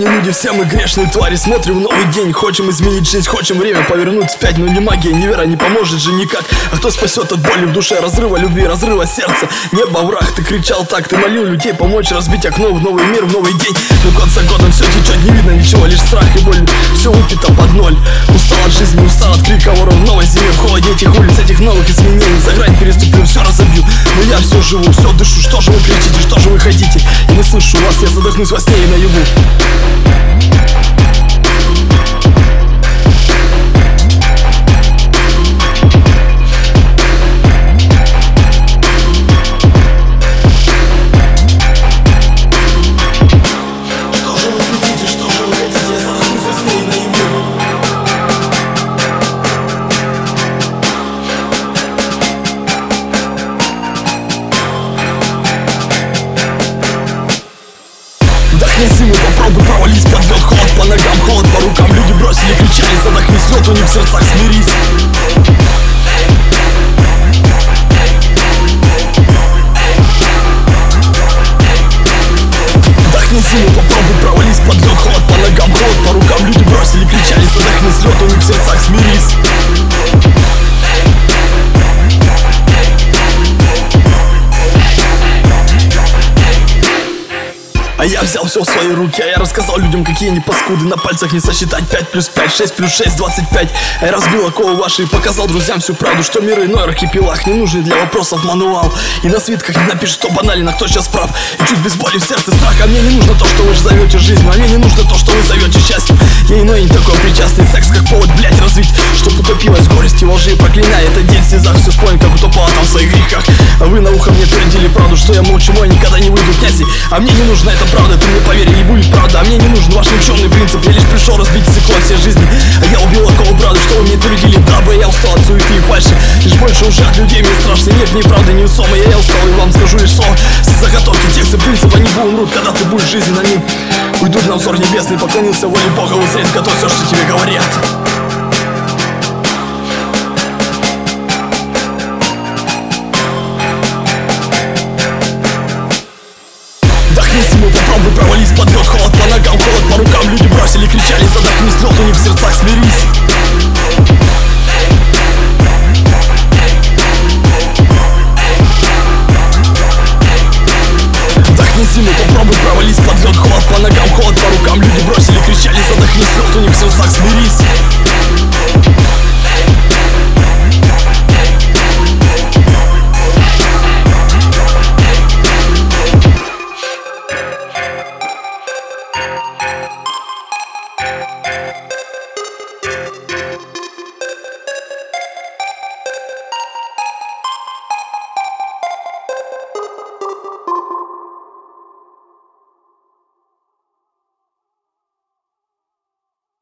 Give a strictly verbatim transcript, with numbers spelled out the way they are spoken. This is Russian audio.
не нуди, все мы грешные твари. Смотрим в новый день, хотим изменить жизнь, хотим время повернуть вспять. Но ни магия, ни вера не поможет же никак. А кто спасет от боли в душе, разрыва любви, разрыва сердца? Небо, враг, ты кричал так, ты молил людей помочь разбить окно в новый мир, в новый день. Но год за годом все течет, не видно ничего, лишь страх и боль. Все выпито под ноль. Устал от жизни, устал от крика вора в новой зиме, в холоде этих улиц, этих новых изменений. За грань переступлю, все разобью, но я все живу, все дышу. Что же вы кричите, что же вы хотите? Я не слышу вас, я задохнусь во сне и наяву. Вдохни зиму, попробуй провались под лед. Холод по ногам, холод по рукам. Люди бросили, кричали, задохнись, лед у них в сердцах, смирись. Вдохни зиму, попробуй провались под лед. Холод по ногам, холод по рукам. Люди бросили, кричали, задохнись, лед у них в сердцах, смирись. А я взял все в свои руки, а я рассказал людям, какие они паскуды. На пальцах не сосчитать пять плюс пять, шесть плюс шесть, двадцать пять. А я разбил оковы ваши и показал друзьям всю правду, что мир иной архипелаг, не нужный для вопросов мануал. И на свитках не напишет, что банально, кто сейчас прав. И чуть без боли в сердце страх. А мне не нужно то, что вы же зовете жизнью, а мне не нужно то, что вы зовете счастьем. Я иной не такой причастный, секс как повод, блять, развить, чтоб утопилась в горести, во лжи, проклиная этот день в слезах. Все вспомнит, как утопала там в своих грехах. А вы на ухо мне твердили правду, что я молчу, мой никогда не выйду князи. А мне не нужна эта правда, ты мне поверь, не будет правда. А мне не нужен ваш никчемный принцип, я лишь пришел разбить циклон всей жизни. А я убил оковы правды, что вы мне твердили, дабы я устал от суеты и фальши. Лишь больше уже от людей мне страшно, нет ни правды, ни усома. Я, я устал и вам скажу лишь слово. Заготовки тексты принципа не будут умрут, когда ты будешь жизни на них. Уйдут на взор небесный, поклонился воле Бога, узреть готов все, что тебе говорят. Вдохни зиму, попробуй провались под лед. Холод по ногам, холод по рукам. Люди бросили, кричали, задохнись, лед у них в сердцах, смирись. Вдохни зиму, попробуй провались под лед. Холод по ногам, холод по рукам. Люди бросили, кричали, задохнись, лед у них в сердцах, смирись.